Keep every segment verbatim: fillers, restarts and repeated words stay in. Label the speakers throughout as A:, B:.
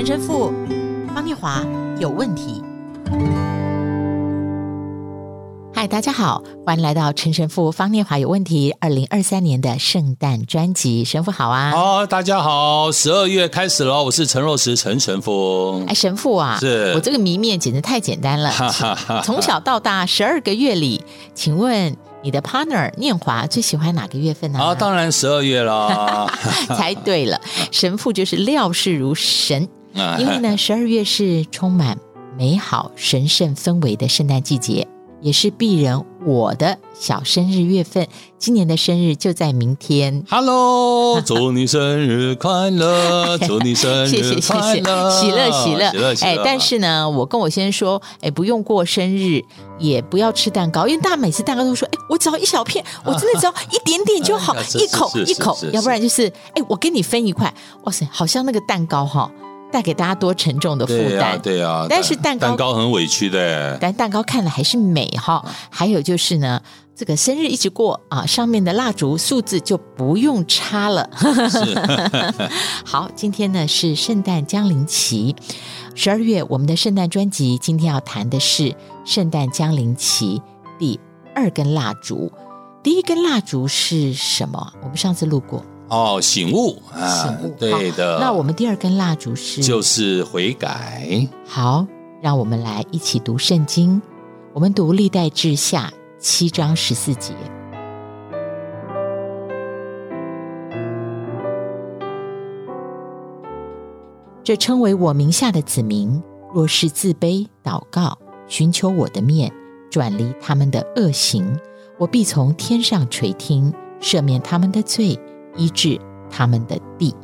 A: 陈神父方念华有问题。嗨，大家好，欢迎来到陈神父方念华有问题二零二三年的圣诞专辑。神父好啊。
B: 好，大家好，十二月开始了，我是陈若石陈神父。
A: 哎，神父啊，
B: 是
A: 我这个谜面简直太简单了。从小到大十二个月里，请问你的 partner 念华最喜欢哪个月份呢？
B: 啊，当然十二月啦。
A: 猜对了，神父就是料事如神。因为呢，十二月是充满美好神圣氛围的圣诞季节，也是鄙人我的小生日月份。今年的生日就在明天。
B: Hello， 祝你生日快乐，祝你生日快乐，
A: 谢谢谢谢，喜乐喜乐
B: 喜乐喜乐。
A: 哎，但是呢，我跟我先生说，哎，不用过生日，也不要吃蛋糕，因为大家每次蛋糕都说，哎，我只要一小片，我真的只要一点点就好，一口一口，要不然就是，哎，我跟你分一块，哇塞，好像那个蛋糕哈。带给大家多沉重的负担，
B: 对啊，对啊，
A: 但是蛋糕
B: 蛋糕很委屈的，
A: 但蛋糕看了还是美哈。还有就是呢，这个生日一直过啊，上面的蜡烛数字就不用插了。好，今天呢是圣诞降临期，十二月我们的圣诞专辑今天要谈的是圣诞降临期第二根蜡烛。第一根蜡烛是什么？我们上次录过。
B: 哦，醒悟啊，
A: 醒悟，
B: 对的。
A: 那我们第二根蜡烛是
B: 就是悔改。
A: 好，让我们来一起读圣经。我们读历代志下七章十四节。这称为我名下的子民，若是自卑祷告，寻求我的面，转离他们的恶行，我必从天上垂听，赦免他们的罪，医治他们的地。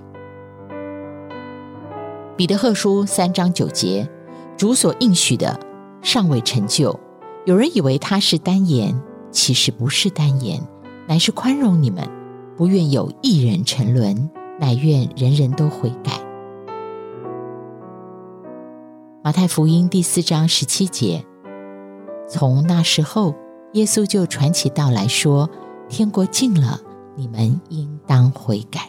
A: 彼得后书三章九节，主所应许的尚未成就，有人以为他是单言，其实不是单言，乃是宽容你们，不愿有一人沉沦，乃愿人人都悔改。马太福音第四章十七节，从那时候，耶稣就传起道来说，天国近了，你们应当悔改。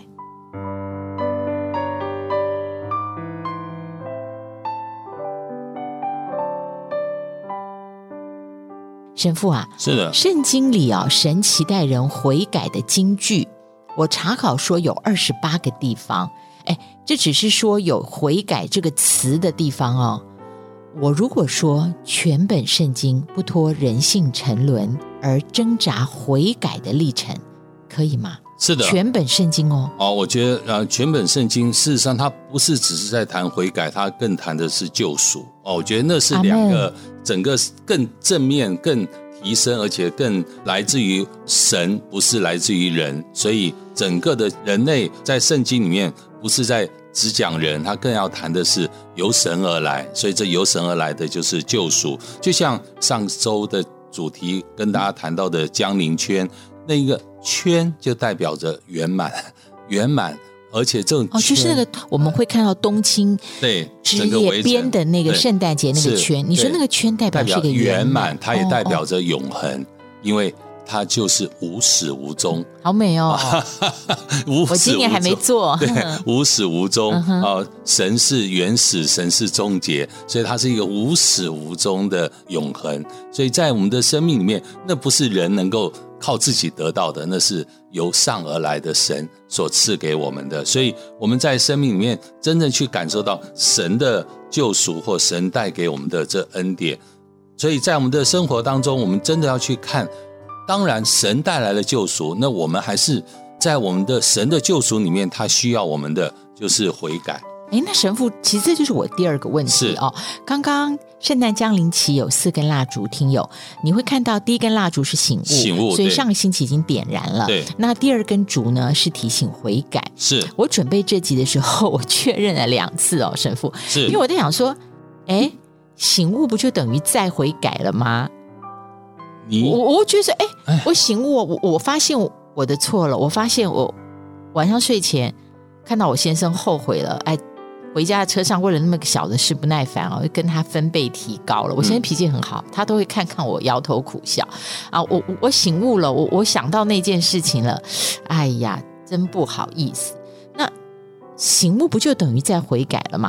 A: 神父啊，
B: 是的，
A: 圣经里啊，神期待人悔改的金句，我查考说有二十八个地方。哎，这只是说有悔改这个词的地方哦。我如果说全本圣经不脱人性沉沦而挣扎悔改的历程，可以吗？
B: 是的，
A: 全本圣经哦。
B: 哦，我觉得呃，全本圣经事实上它不是只是在谈悔改，它更谈的是救赎。哦，我觉得那是两个整个更正面、更提升，而且更来自于神，不是来自于人。所以整个的人类在圣经里面不是在只讲人，他更要谈的是由神而来，所以这由神而来的就是救赎。就像上周的主题跟大家谈到的江陵圈，那一个圈就代表着圆满，圆满，而且这种圈、
A: 哦、就是那个我们会看到冬青
B: 对
A: 枝叶边的那个圣诞节那个圈，你说那个圈代表是一个
B: 圆满，它也代表
A: 着
B: 着永恒，哦、因为它就是无始无终，
A: 好美哦！
B: 无始无终，
A: 我今年还没做，
B: 对，无始无终、
A: 嗯
B: 哦、神是原始，神是终结，所以它是一个无始无终的永恒。所以在我们的生命里面，那不是人能够靠自己得到的，那是由上而来的神所赐给我们的。所以我们在生命里面真正去感受到神的救赎或神带给我们的这恩典。所以在我们的生活当中，我们真的要去看，当然神带来了救赎，那我们还是在我们的神的救赎里面，他需要我们的就是悔改。
A: 哎，那神父，其实这就是我第二个问题哦。刚刚圣诞降临期有四根蜡烛，听友你会看到第一根蜡烛是醒悟，
B: 醒悟，
A: 所以上个星期已经点燃了。
B: 对，
A: 那第二根烛呢是提醒悔改。
B: 是我
A: 准备这集的时候，我确认了两次哦，神父，
B: 是
A: 因为我在想说，哎，醒悟不就等于再悔改了吗？
B: 你
A: 我我觉得，哎，我醒悟，我我发现我的错了，我发现我晚上睡前看到我先生后悔了，哎。回家的车上为了那么个小的事不耐烦哦，跟他分贝提高了。我现在脾气很好，他都会看看我摇头苦笑啊。我我醒悟了，我我想到那件事情了，哎呀，真不好意思。那醒悟不就等于在悔改了吗？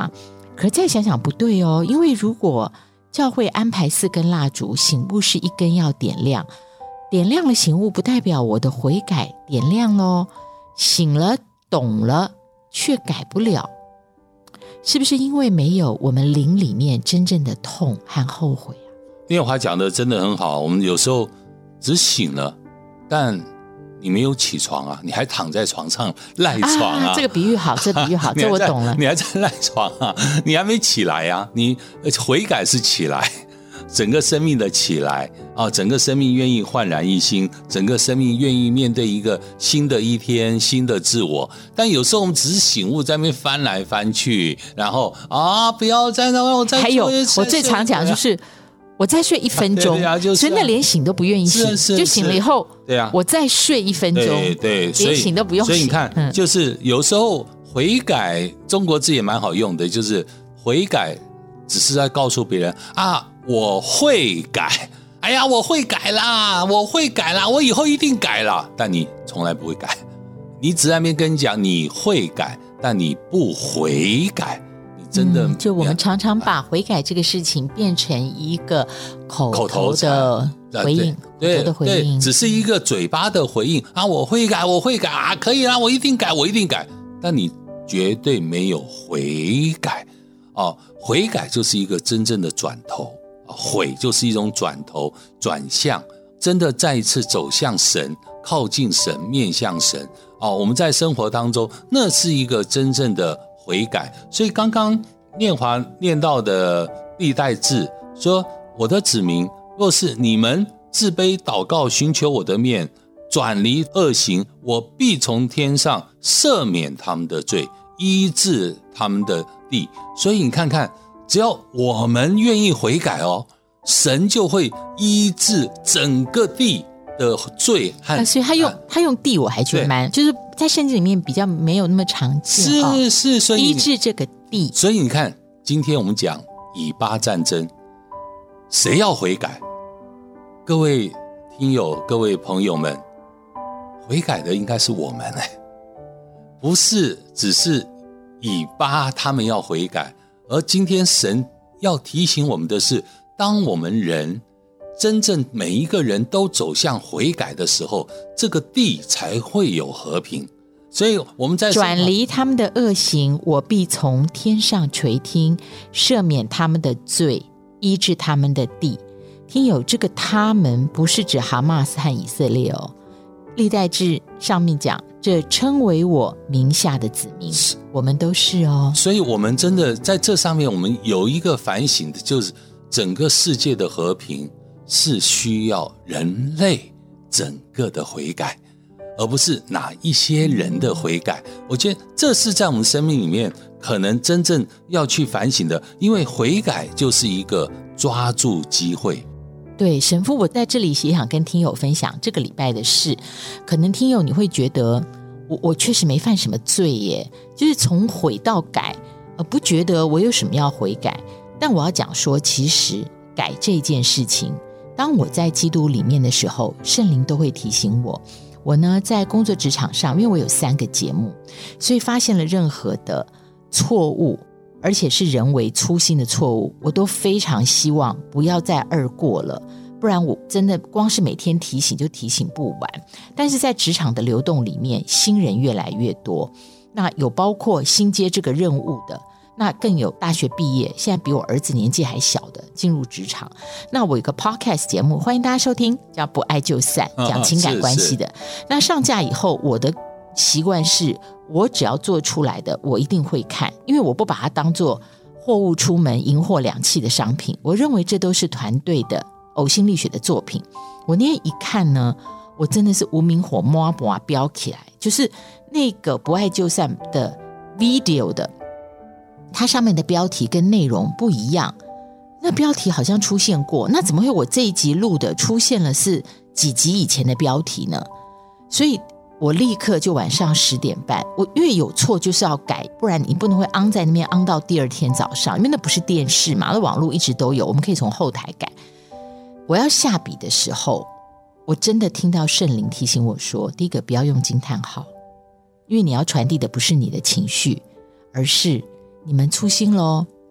A: 可是再想想不对哦，因为如果教会安排四根蜡烛，醒悟是一根要点亮，点亮了醒悟不代表我的悔改点亮咯，醒了懂了却改不了，是不是因为没有我们灵里面真正的痛和后悔啊？
B: 念华讲的真的很好，我们有时候只醒了，但你没有起床啊，你还躺在床上赖床啊，
A: 啊这个比喻好，这比喻好，这我懂了。
B: 你还在赖床啊，你还没起来啊，你悔改是起来，整个生命的起来啊，整个生命愿意焕然一新，整个生命愿意面对一个新的一天，新的自我。但有时候我们只是醒悟，在那边翻来翻去，然后啊，不要再让我再做。
A: 还有我最常讲就是。我再睡一分钟，
B: 对啊就是啊、
A: 所以那连醒都不愿意醒，
B: 是是是
A: 就醒了以后，
B: 对啊，
A: 我再睡一分钟，
B: 对对，
A: 连醒都不用醒。
B: 所以你看，嗯、就是有时候悔改，中国字也蛮好用的，就是悔改只是在告诉别人啊，我会改，哎呀，我会改啦，我会改啦，我以后一定改啦，但你从来不会改，你只在那边跟你讲你会改，但你不悔改。真的、
A: 嗯，就我们常常把悔改这个事情变成一个口头的回应，
B: 对
A: 口头的回应，
B: 只是一个嘴巴的回应啊！我会改，我会改啊，可以啦，我一定改，我一定改。但你绝对没有悔改哦，悔改就是一个真正的转头，悔就是一种转头转向，真的再一次走向神，靠近神，面向神哦。我们在生活当中，那是一个真正的悔改。所以刚刚念华念到的历代志说，我的子民若是你们自卑祷告，寻求我的面，转离恶行，我必从天上赦免他们的罪，医治他们的地。所以你看看，只要我们愿意悔改哦，神就会医治整个地的罪和、
A: 啊、所以他用他用地，我还觉得蛮，就是在圣经里面比较没有那么常见，
B: 是是，所以
A: 医治这个地。
B: 所以你看，今天我们讲以巴战争，谁要悔改？各位听友，各位朋友们，悔改的应该是我们哎，不是只是以巴他们要悔改，而今天神要提醒我们的是，当我们人真正每一个人都走向悔改的时候，这个地才会有和平。所以我们在
A: 转离他们的恶行，我必从天上垂听，赦免他们的罪，医治他们的地。听友，这个他们不是指哈马斯和以色列哦，历代志上面讲，这称为我名下的子民，我们都是哦。
B: 所以我们真的在这上面，我们有一个反省的，就是整个世界的和平是需要人类整个的悔改，而不是哪一些人的悔改。我觉得这是在我们生命里面可能真正要去反省的，因为悔改就是一个抓住机会。
A: 对，神父，我在这里也想跟听友分享这个礼拜的事。可能听友你会觉得我我确实没犯什么罪耶，就是从悔到改，呃，不觉得我有什么要悔改。但我要讲说，其实改这件事情，当我在基督里面的时候，圣灵都会提醒我。我呢，在工作职场上，因为我有三个节目，所以发现了任何的错误，而且是人为粗心的错误，我都非常希望不要再二过了，不然我真的光是每天提醒就提醒不完。但是在职场的流动里面，新人越来越多，那有包括新接这个任务的，那更有大学毕业，现在比我儿子年纪还小的进入职场。那我有个 podcast 节目，欢迎大家收听，叫不爱就散，讲情感关系的、哦、那上架以后，我的习惯是我只要做出来的我一定会看，因为我不把它当作货物出门银货两讫的商品，我认为这都是团队的呕心沥血的作品。我那天一看呢，我真的是无名火摸摸飙起来，就是那个不爱就散的 video 的，它上面的标题跟内容不一样，那标题好像出现过，那怎么会我这一集录的出现了是几集以前的标题呢？所以我立刻就晚上十点半，我因为有错就是要改，不然你不能会昂在那边昂到第二天早上，因为那不是电视嘛，那网络一直都有，我们可以从后台改。我要下笔的时候，我真的听到圣灵提醒我说，第一个不要用惊叹号，因为你要传递的不是你的情绪，而是你们粗心咯，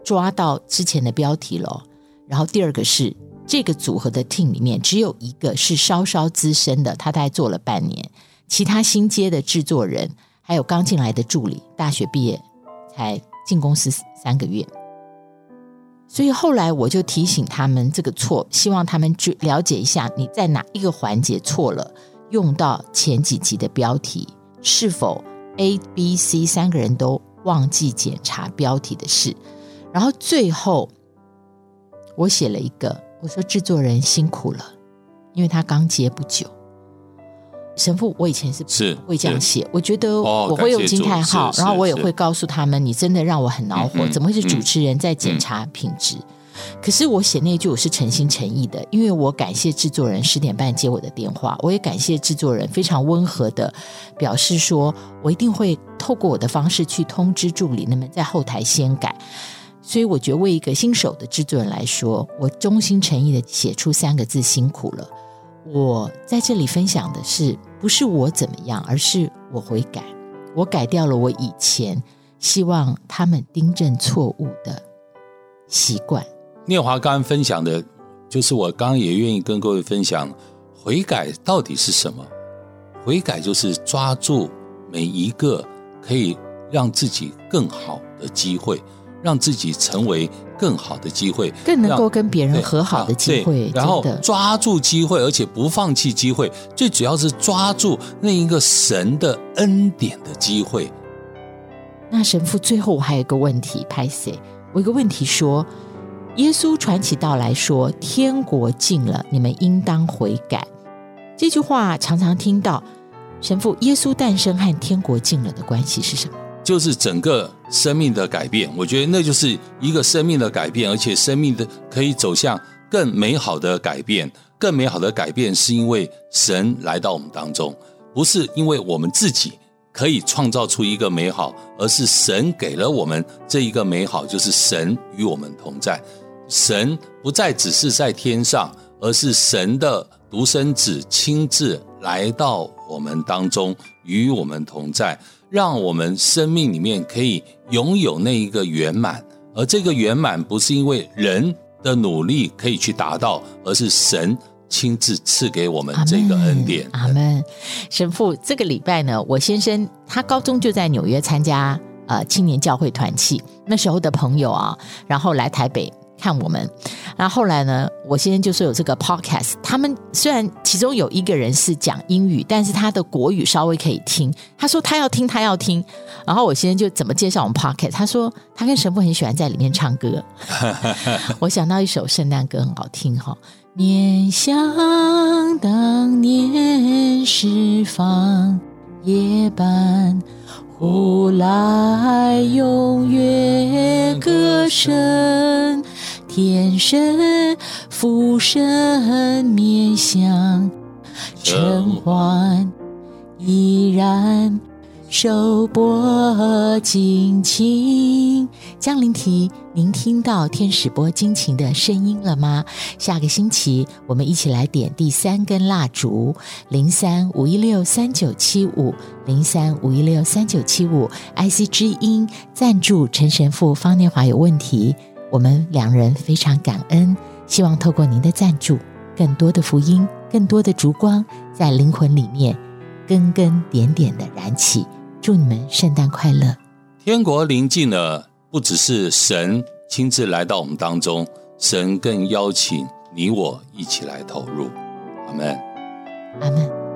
A: 抓到之前的标题了，然后第二个是这个组合的 team 里面只有一个是稍稍资深的，他大概做了半年，其他新接的制作人还有刚进来的助理大学毕业才进公司三个月。所以后来我就提醒他们这个错，希望他们去了解一下你在哪一个环节错了，用到前几集的标题，是否 A、B、C 三个人都忘记检查标题的事。然后最后我写了一个，我说制作人辛苦了，因为他刚接不久。神父我以前是不会这样写，我觉得我会用惊叹号，然后我也会告诉他们你真的让我很恼火、嗯、怎么会是主持人在检查品质、嗯嗯、可是我写那句我是诚心诚意的，因为我感谢制作人十点半接我的电话，我也感谢制作人非常温和的表示说我一定会透过我的方式去通知助理，能不能在后台先改。所以我觉得为一个新手的制作人来说，我衷心诚意的写出三个字辛苦了。我在这里分享的是不是我怎么样，而是我悔改，我改掉了我以前希望他们订正错误的习惯。
B: 念华刚刚分享的就是我刚刚也愿意跟各位分享，悔改到底是什么？悔改就是抓住每一个可以让自己更好的机会，让自己成为更好的机会，
A: 更能够跟别人和好的机会，
B: 然后抓住机会，而且不放弃机会，最主要是抓住那一个神的恩典的机会。
A: 那神父最后我还有一个问题，拍谁？我有一个问题说，耶稣传起道来说天国近了，你们应当悔改，这句话常常听到，神父，耶稣诞生和天国近了的关系是什么？
B: 就是整个生命的改变，我觉得那就是一个生命的改变，而且生命的可以走向更美好的改变。更美好的改变是因为神来到我们当中，不是因为我们自己可以创造出一个美好，而是神给了我们这一个美好，就是神与我们同在。神不再只是在天上，而是神的独生子亲自来到我们当中，与我们同在，让我们生命里面可以拥有那一个圆满。而这个圆满不是因为人的努力可以去达到，而是神亲自赐给我们这个恩典。
A: 阿们。神父，这个礼拜呢，我先生他高中就在纽约参加呃青年教会团契，那时候的朋友啊，然后来台北看我们。然后后来呢，我先生就说有这个 podcast， 他们虽然其中有一个人是讲英语，但是他的国语稍微可以听，他说他要听他要听。然后我先生就怎么介绍我们 podcast， 他说他跟神父很喜欢在里面唱歌我想到一首圣诞歌很好听哈，念想当年释放夜半，呼来永远歌声，天神父神面向尘寰，依然手拨惊情。降临题，您听到天使拨惊情的声音了吗？下个星期我们一起来点第三根蜡烛，零三五一六三九七五零三五一六三九七五 I C 之音赞助陈神父方念华有问题，我们两人非常感恩，希望透过您的赞助，更多的福音，更多的烛光在灵魂里面根根点点的燃起。祝你们圣诞快乐。
B: 天国临近了，不只是神亲自来到我们当中，神更邀请你我一起来投入。阿们，
A: 阿们。